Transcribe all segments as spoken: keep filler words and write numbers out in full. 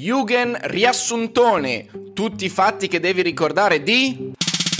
Yugen riassuntone, tutti i fatti che devi ricordare di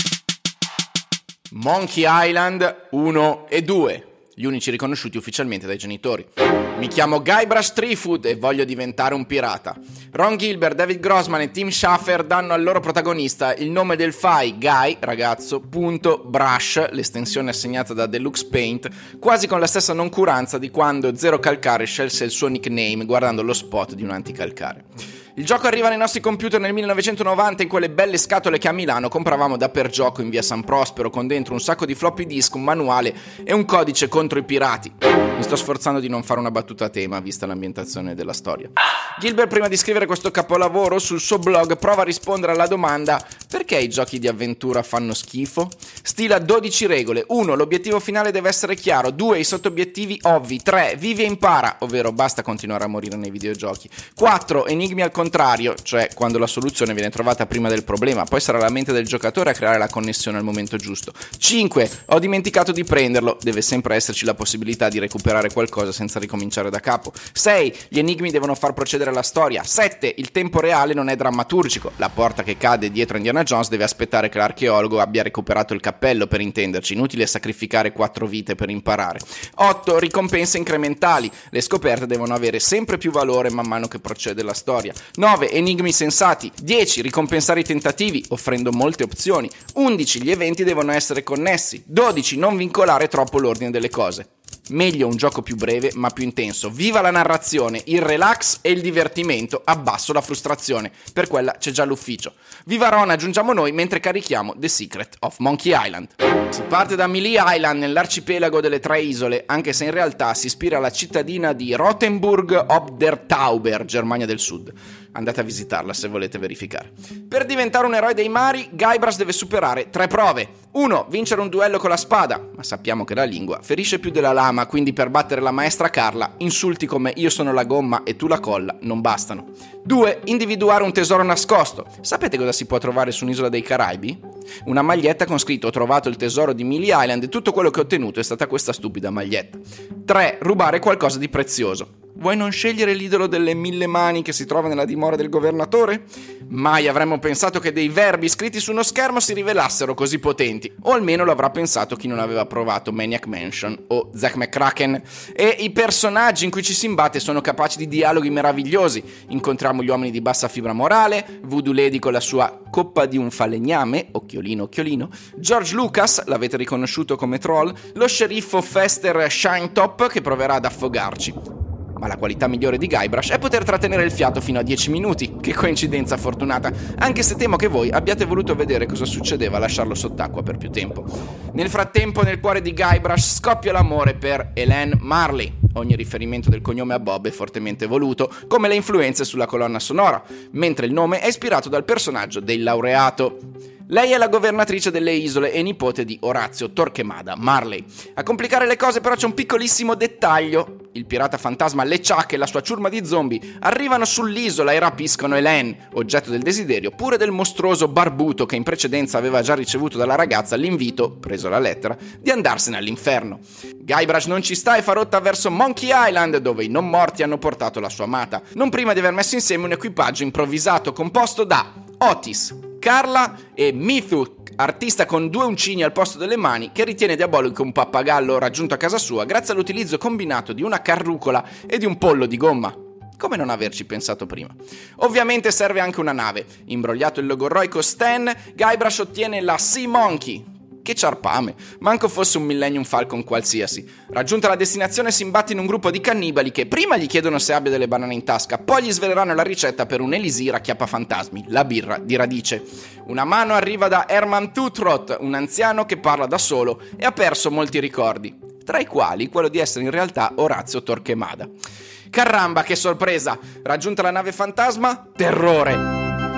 Monkey Island uno e due, gli unici riconosciuti ufficialmente dai genitori. Mi chiamo Guybrush Threepwood e voglio diventare un pirata. Ron Gilbert, David Grossman e Tim Schafer danno al loro protagonista il nome del fai, Guy, ragazzo, punto, Brush, l'estensione assegnata da Deluxe Paint, quasi con la stessa noncuranza di quando Zero Calcare scelse il suo nickname guardando lo spot di un anticalcare. Il gioco arriva nei nostri computer nel millenovecentonovanta in quelle belle scatole che a Milano compravamo da per gioco in via San Prospero, con dentro un sacco di floppy disk, un manuale e un codice contro i pirati. Mi sto sforzando di non fare una battuta a tema, vista l'ambientazione della storia. Gilbert, prima di scrivere questo capolavoro, sul suo blog prova a rispondere alla domanda: perché i giochi di avventura fanno schifo? Stila dodici regole. uno. L'obiettivo finale deve essere chiaro. due. I sottobiettivi ovvi. tre. Vivi e impara, ovvero basta continuare a morire nei videogiochi. quattro. Enigmi al contrario, cioè quando la soluzione viene trovata prima del problema, poi sarà la mente del giocatore a creare la connessione al momento giusto. cinque. Ho dimenticato di prenderlo, deve sempre esserci la possibilità di recuperare qualcosa senza ricominciare da capo. sei. Gli enigmi devono far procedere la storia. sette. Il tempo reale non è drammaturgico, la porta che cade dietro Indiana Jones deve aspettare che l'archeologo abbia recuperato il cappello, per intenderci, inutile sacrificare quattro vite per imparare. otto. Ricompense incrementali, le scoperte devono avere sempre più valore man mano che procede la storia. nove. Enigmi sensati. dieci. Ricompensare i tentativi, offrendo molte opzioni. undici. Gli eventi devono essere connessi. dodici. Non vincolare troppo l'ordine delle cose. Meglio un gioco più breve ma più intenso. Viva la narrazione, il relax e il divertimento, abbasso la frustrazione. Per quella c'è già l'ufficio. Viva Ron, aggiungiamo noi mentre carichiamo The Secret of Monkey Island. Si parte da Melee Island nell'arcipelago delle tre isole, anche se in realtà si ispira alla cittadina di Rothenburg ob der Tauber, Germania del Sud. Andate a visitarla se volete verificare. Per diventare un eroe dei mari, Guybrush deve superare tre prove. uno. Vincere un duello con la spada, ma sappiamo che la lingua ferisce più della lama, quindi per battere la maestra Carla, insulti come io sono la gomma e tu la colla non bastano. due. Individuare un tesoro nascosto. Sapete cosa si può trovare su un'isola dei Caraibi? Una maglietta con scritto: ho trovato il tesoro di Melee Island e tutto quello che ho ottenuto è stata questa stupida maglietta. tre. Rubare qualcosa di prezioso. Vuoi non scegliere l'idolo delle mille mani che si trova nella dimora del governatore? Mai avremmo pensato che dei verbi scritti su uno schermo si rivelassero così potenti, o almeno lo avrà pensato chi non aveva provato Maniac Mansion o Zack McCracken. E i personaggi in cui ci si imbatte sono capaci di dialoghi meravigliosi. Incontriamo gli uomini di bassa fibra morale, Voodoo Lady con la sua coppa di un falegname, occhiolino occhiolino, George Lucas, l'avete riconosciuto come troll, lo sceriffo Fester Shinetop che proverà ad affogarci. Ma la qualità migliore di Guybrush è poter trattenere il fiato fino a dieci minuti. Che coincidenza fortunata, anche se temo che voi abbiate voluto vedere cosa succedeva a lasciarlo sott'acqua per più tempo. Nel frattempo, nel cuore di Guybrush scoppia l'amore per Elaine Marley. Ogni riferimento del cognome a Bob è fortemente voluto, come le influenze sulla colonna sonora, mentre il nome è ispirato dal personaggio del laureato. Lei è la governatrice delle isole e nipote di Orazio Torquemada Marley. A complicare le cose però c'è un piccolissimo dettaglio. Il pirata fantasma LeChuck e la sua ciurma di zombie arrivano sull'isola e rapiscono Elaine, oggetto del desiderio pure del mostruoso barbuto che in precedenza aveva già ricevuto dalla ragazza l'invito, preso la lettera, di andarsene all'inferno. Guybrush non ci sta e fa rotta verso Monkey Island, dove i non morti hanno portato la sua amata, non prima di aver messo insieme un equipaggio improvvisato composto da Otis, Carla e Mithu, artista con due uncini al posto delle mani, che ritiene diabolico un pappagallo raggiunto a casa sua grazie all'utilizzo combinato di una carrucola e di un pollo di gomma. Come non averci pensato prima? Ovviamente serve anche una nave. Imbrogliato il logorroico Stan, Guybrush ottiene la Sea Monkey. Che ciarpame, manco fosse un Millennium Falcon qualsiasi. Raggiunta la destinazione si imbatte in un gruppo di cannibali che prima gli chiedono se abbia delle banane in tasca, poi gli sveleranno la ricetta per un elisir a chiappafantasmi, la birra di radice. Una mano arriva da Herman Toothroat, un anziano che parla da solo e ha perso molti ricordi, tra i quali quello di essere in realtà Orazio Torquemada. Caramba, che sorpresa! Raggiunta la nave fantasma, terrore!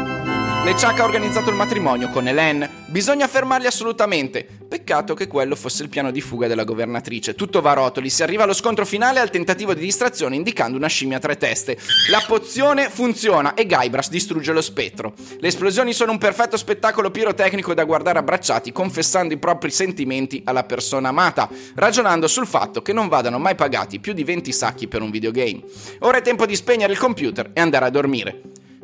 LeChuck ha organizzato il matrimonio con Elaine. Bisogna fermarli assolutamente. Peccato che quello fosse il piano di fuga della governatrice. Tutto va a rotoli, si arriva allo scontro finale al tentativo di distrazione indicando una scimmia a tre teste. La pozione funziona e Guybrush distrugge lo spettro. Le esplosioni sono un perfetto spettacolo pirotecnico da guardare abbracciati, confessando i propri sentimenti alla persona amata, ragionando sul fatto che non vadano mai pagati più di venti sacchi per un videogame. Ora è tempo di spegnere il computer e andare a dormire.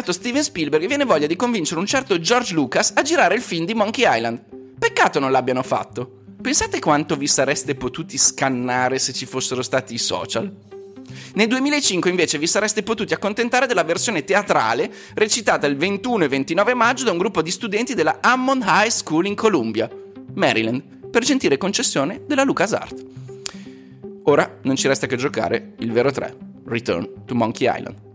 certo Steven Spielberg viene voglia di convincere un certo George Lucas a girare il film di Monkey Island. Peccato non l'abbiano fatto. Pensate quanto vi sareste potuti scannare se ci fossero stati i social? Nel duemilacinque invece vi sareste potuti accontentare della versione teatrale recitata il ventuno e ventinove maggio da un gruppo di studenti della Hammond High School in Columbia, Maryland, per gentile concessione della LucasArts. Ora non ci resta che giocare il vero tre, Return to Monkey Island.